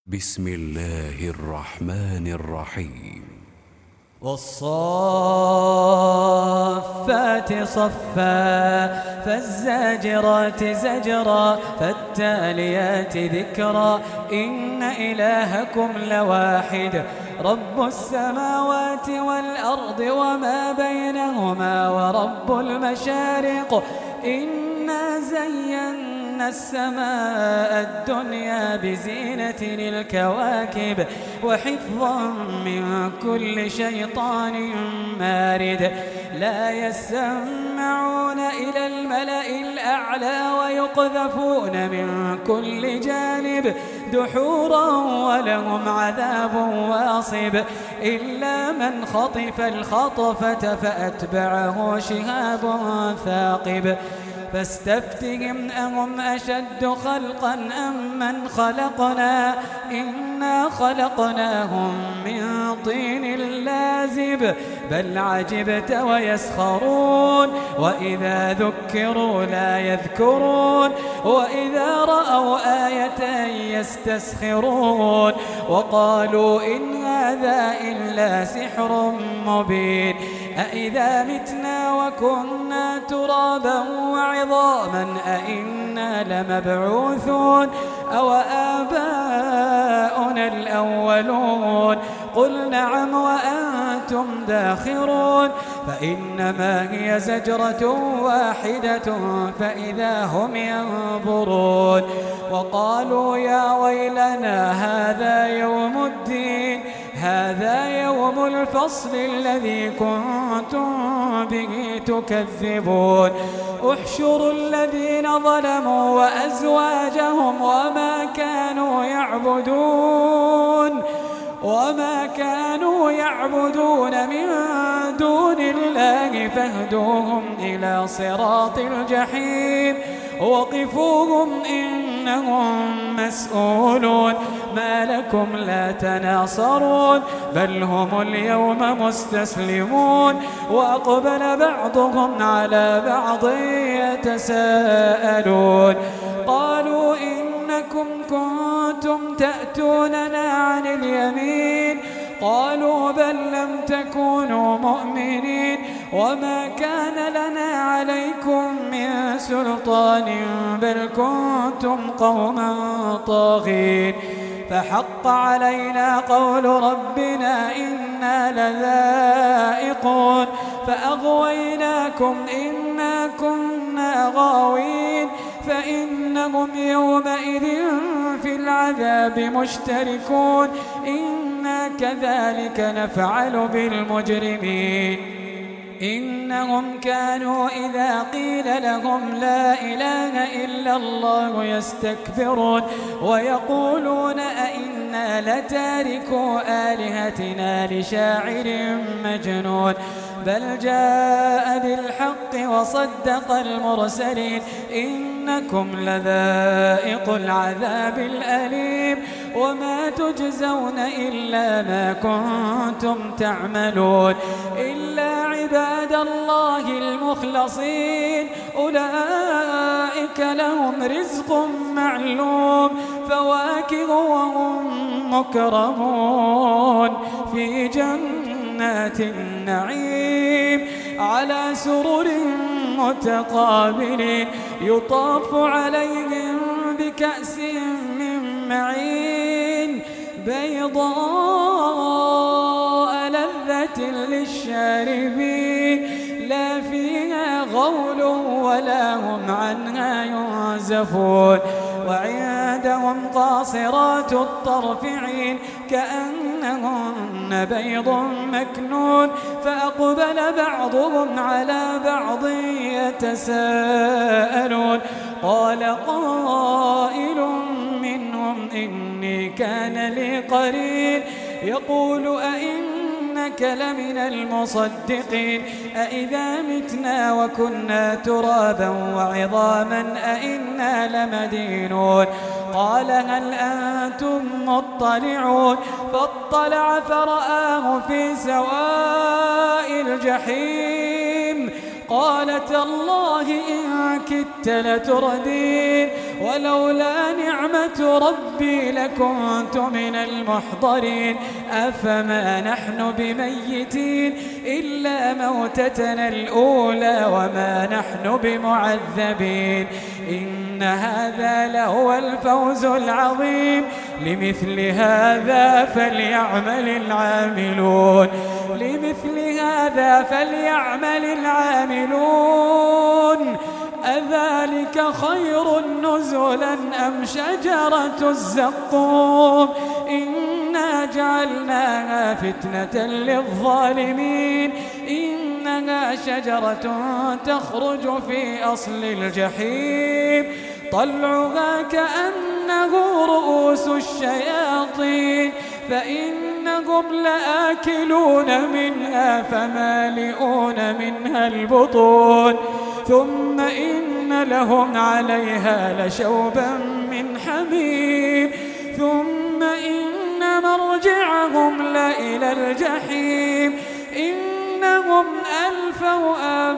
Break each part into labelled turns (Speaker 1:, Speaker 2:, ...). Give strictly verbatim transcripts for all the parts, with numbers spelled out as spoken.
Speaker 1: بسم الله الرحمن الرحيم.
Speaker 2: والصافات صفا فالزاجرات زجرا فالتاليات ذكرا إن إلهكم لواحد رب السماوات والأرض وما بينهما ورب المشارق إنا زينا السماء الدنيا بزينة الكواكب وحفظا من كل شيطان مارد لا يسمعون إلى الملأ الأعلى ويقذفون من كل جانب دحورا ولهم عذاب واصب إلا من خطف الخطفة فأتبعه شهاب ثاقب فاستفتهم أهم أشد خلقا أم من خلقنا إنا خلقناهم من طين لازب بل عجبت ويسخرون وإذا ذكروا لا يذكرون وإذا رأوا آية يستسخرون وقالوا إن هذا إلا سحر مبين أإذا متنا وكنا ترابا وعظاما أإنا لمبعوثون أو آباؤنا الأولون قل نعم وأنتم داخرون فإنما هي زجرة واحدة فإذا هم ينظرون وقالوا يا ويلنا هذا يوم الدين هذا يوم الفصل الذي كنتم به تكذبون احشروا الذين ظلموا وأزواجهم وما كانوا يعبدون وما كانوا يعبدون من دون الله فاهدوهم إلى صراط الجحيم وقفوهم إنهم مسؤولون ما لكم لا تناصرون بل هم اليوم مستسلمون وأقبل بعضهم على بعض يتساءلون قالوا إنكم كنتم تأتوننا عن اليمين قالوا بل لم تكونوا مؤمنين وما كان لنا عليكم من سلطان بل كنتم قوما طاغين فحق علينا قول ربنا إنا لذائقون فأغويناكم إنا كنا غاوين فإنهم يومئذ في العذاب مشتركون إنا كذلك نفعل بالمجرمين إنهم كانوا إذا قيل لهم لا إله إلا الله يستكبرون ويقولون أئنا لتاركو آلهتنا لشاعر مجنون بل جاء بالحق وصدق المرسلين إنكم لذائق العذاب الأليم وما تجزون إلا ما كنتم تعملون إلا عباد الله المخلصين أولئك لهم رزق معلوم فواكه وهم مكرمون في جنات النعيم على سرر متقابلين يطاف عليهم بكأس من معين بيضاء لذة للشاربين لا فيها غول ولا هم عنها ينزفون وعندهم قاصرات الطرف عين كأنهن بيض مكنون فأقبل بعضهم على بعض يتساءلون قال قائل منهم إني كان لي قرين يقول أئنك لمن المصدقين أئذا متنا وكنا ترابا وعظاما أئنا لمدينون قال هل أنتم مطلعون فاطلع فرآه في سواء الجحيم قال تالله إن كدت لتردين ولولا نعمة ربي لكنت من المحضرين أفما نحن بميتين إلا موتتنا الأولى وما نحن بمعذبين إن هذا لهو الفوز العظيم لمثل هذا فليعمل العاملون لمثل هذا فليعمل العاملون أذلك خير نزلا أم شجرة الزقوم إنا جعلناها فتنة للظالمين إنها شجرة تخرج في أصل الجحيم طلعها كأنه رؤوس الشياطين فإنهم لآكلون منها فمالئون منها البطون ثم إن لهم عليها لشوبا من حميم ثم إن مرجعهم لإلى الجحيم إنهم ألفوا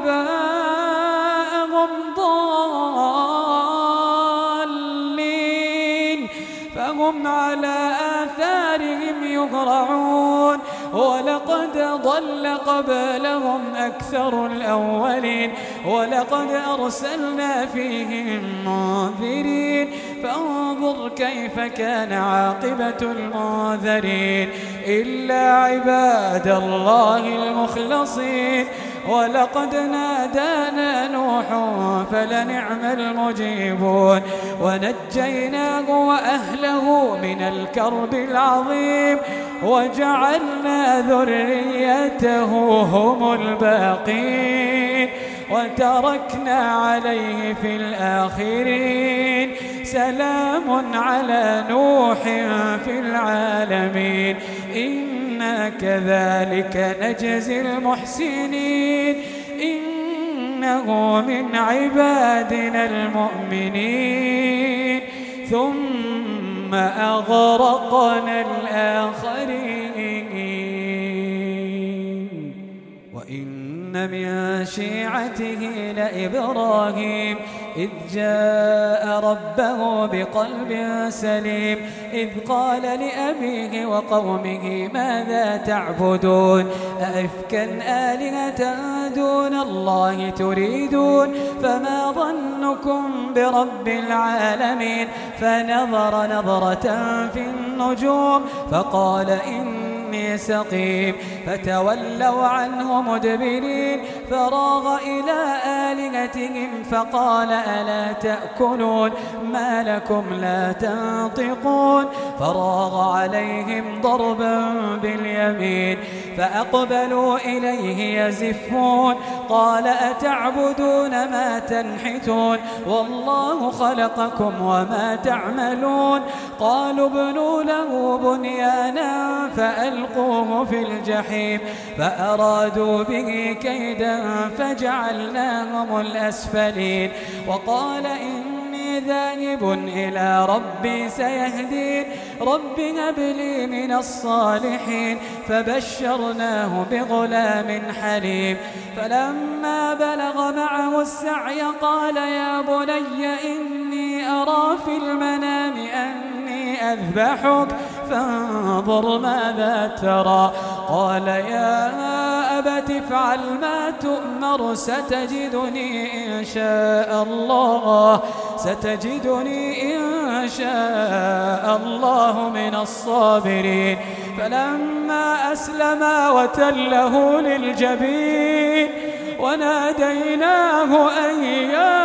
Speaker 2: آباءهم ضالين فهم على آثارهم يهرعون ولقد ضل قبلهم أكثر الأولين ولقد أرسلنا فيهم منذرين فانظر كيف كان عاقبة المنذرين إلا عباد الله المخلصين ولقد نادانا نوح فلنعم المجيبون ونجيناه وأهله من الكرب العظيم وجعلنا ذريته هم الباقين وتركنا عليه في الآخرين سلام على نوح في العالمين إنا كذلك نجزي المحسنين إنه من عبادنا المؤمنين ثم أغرقنا الآخرين وإن من شيعته لإبراهيم إذ جاء ربه بقلب سليم إذ قال لأبيه وقومه ماذا تعبدون أئفكا آلهة دون الله تريدون فما ظنكم برب العالمين فنظر نظرة في النجوم فقال إني سقيم فتولوا عنه مدبرين فراغ إلى آلهتهم فقال ألا تأكلون ما لكم لا تنطقون فراغ عليهم ضربا باليمين فأقبلوا إليه يزفون قال أتعبدون ما تنحتون والله خلقكم وما تعملون قالوا ابنوا له بنيانا فألقوه في الجحيم فأرادوا به كيدا فجعلناهم الأسفلين وقال إني ذاهب إلى ربي سيهدين رب هب لي من الصالحين فبشرناه بغلام حليم فلما بلغ معه السعي قال يا بني إني أرى في المنام أني أذبحك فانظر ماذا ترى قال يا أبت افعل ما تؤمر ستجدني إن شاء الله ستجدني إن شاء الله من الصابرين فلما أسلما وتله للجبين وناديناه أن يا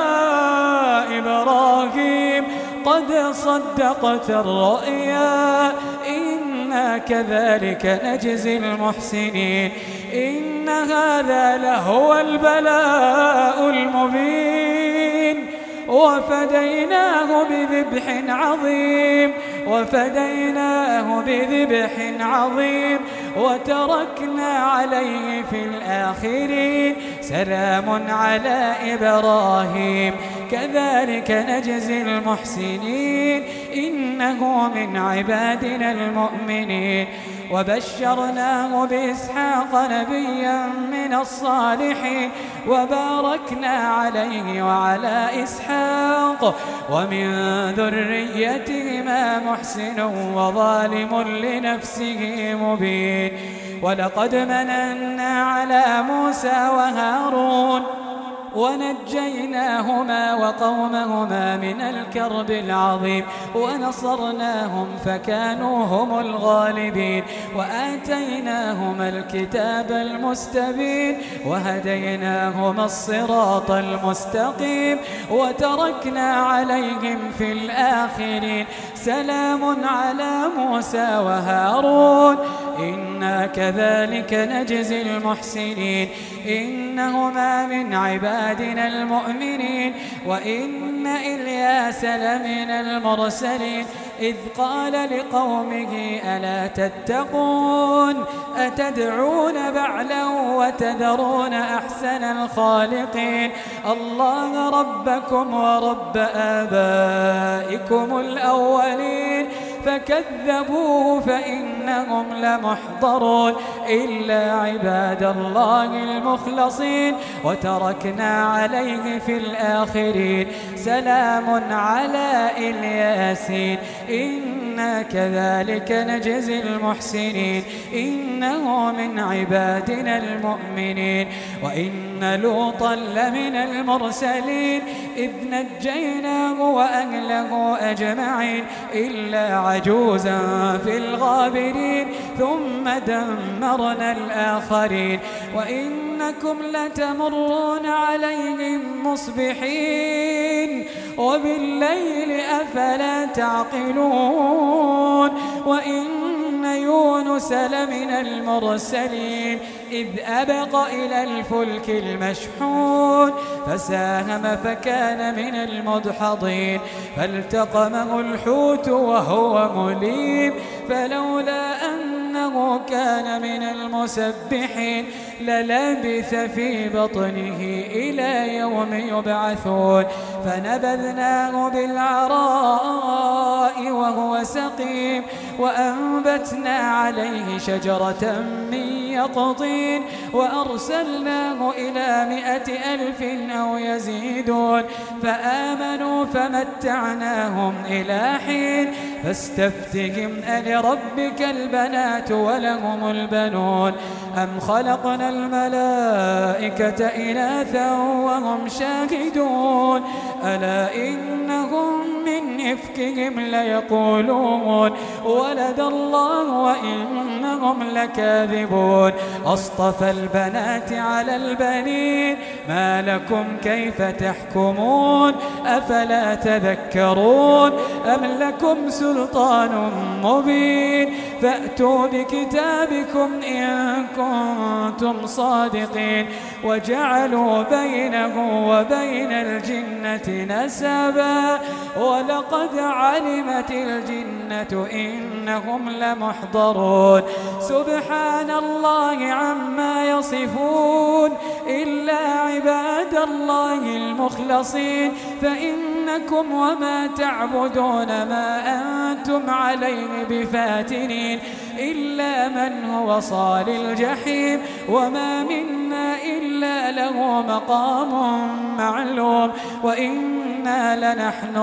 Speaker 2: إبراهيم قد صدقت الرؤيا إنا كذلك نجزي المحسنين إن هذا لهو البلاء المبين وفديناه بذبح عظيم وفديناه بذبح عظيم وتركنا عليه في الآخرين سلام على إبراهيم كذلك نجزي المحسنين إنه من عبادنا المؤمنين وبشرناه بإسحاق نبيا من الصالحين وباركنا عليه وعلى إسحاق ومن ذريتهما محسن وظالم لنفسه مبين. ولقد مننا على موسى وهارون ونجيناهما وقومهما من الكرب العظيم ونصرناهم فكانوا هم الغالبين وآتيناهما الكتاب المستبين وهديناهما الصراط المستقيم وتركنا عليهم في الآخرين. سلام على موسى وهارون إنا كذلك نجزي المحسنين إنهما من عبادنا المؤمنين. وإن إلياس لمن المرسلين إذ قال لقومه ألا تتقون أتدعون بعلا وتذرون أحسن الخالقين الله ربكم ورب آبائكم الأولين فكذبوه فإنهم لمحضرون إلا عباد الله المخلصين وتركنا عليه في الآخرين. سلام على الياسين إنا كذلك نجزي المحسنين إنه من عبادنا المؤمنين. وإن لوطا لمن المرسلين إذ نجيناه وأهله أجمعين إلا عجوزا في الغابرين ثم دمرنا الآخرين. وإنكم لتمرون عليهم مصبحين وبالليل أفلا تعقلون. وإن يونس لمن المرسلين إذ أبق إلى الفلك المشحون فساهم فكان من المدحضين فالتقمه الحوت وهو مليم فلولا أنه كان من المسبحين للبث في بطنه إلى يوم يبعثون فنبذناه بالعراء وهو سقيم وأنبتنا عليه شجرة من يقطين وأرسلناه إلى مائة ألف أو يزيدون فآمنوا فمتعناهم إلى حين فاستفتهم ألربك البنات ولهم البنون أم خلقنا الملائكة إناثا وهم شاهدون ألا إنهم من إفكهم ليقولون ولد الله وإنهم لكاذبون أصطفى البنات على البنين ما لكم كيف تحكمون أفلا تذكرون أم لكم سلطان مبين فأتوا بكتابكم إن كنتم صادقين وجعلوا بينه وبين الجنة نسبا ولقد علمت الجنة إنهم لمحضرون سبحان الله عما يصفون إلا عباد الله المخلصين فإنكم وما تعبدون ما أنتم عليه بفاتنين إلا من هو صال الجحيم وما منا إلا له مقام معلوم وإنا لنحن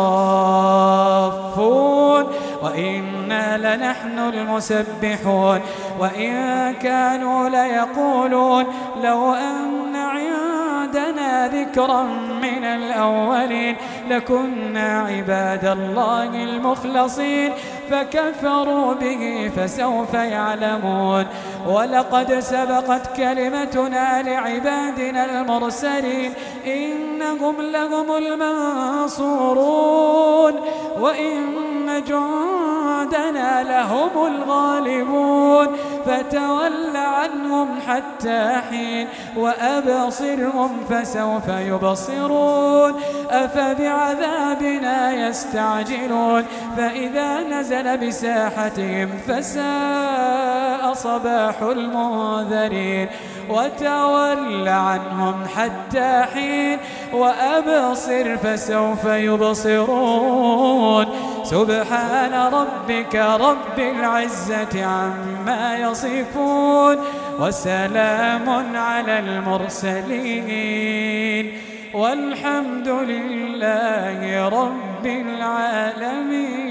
Speaker 2: الصافون وإنا لنحن المسبحون وإن كانوا ليقولون لو أن عندنا ذكرا من الأولين لكنا عباد الله المخلصين فكفروا به فسوف يعلمون ولقد سبقت كلمتنا لعبادنا المرسلين إنهم لهم المنصورون وإن جندنا لهم الغالبون فتول عنهم حتى حين وأبصرهم فسوف يبصرون أفبعذابنا يستعجلون فإذا نزل بساحتهم فساء صباح المنذرين وتول عنهم حتى حين وأبصر فسوف يبصرون سبحان ربك رب العزة عما يصفون وسلام على المرسلين والحمد لله رب العالمين.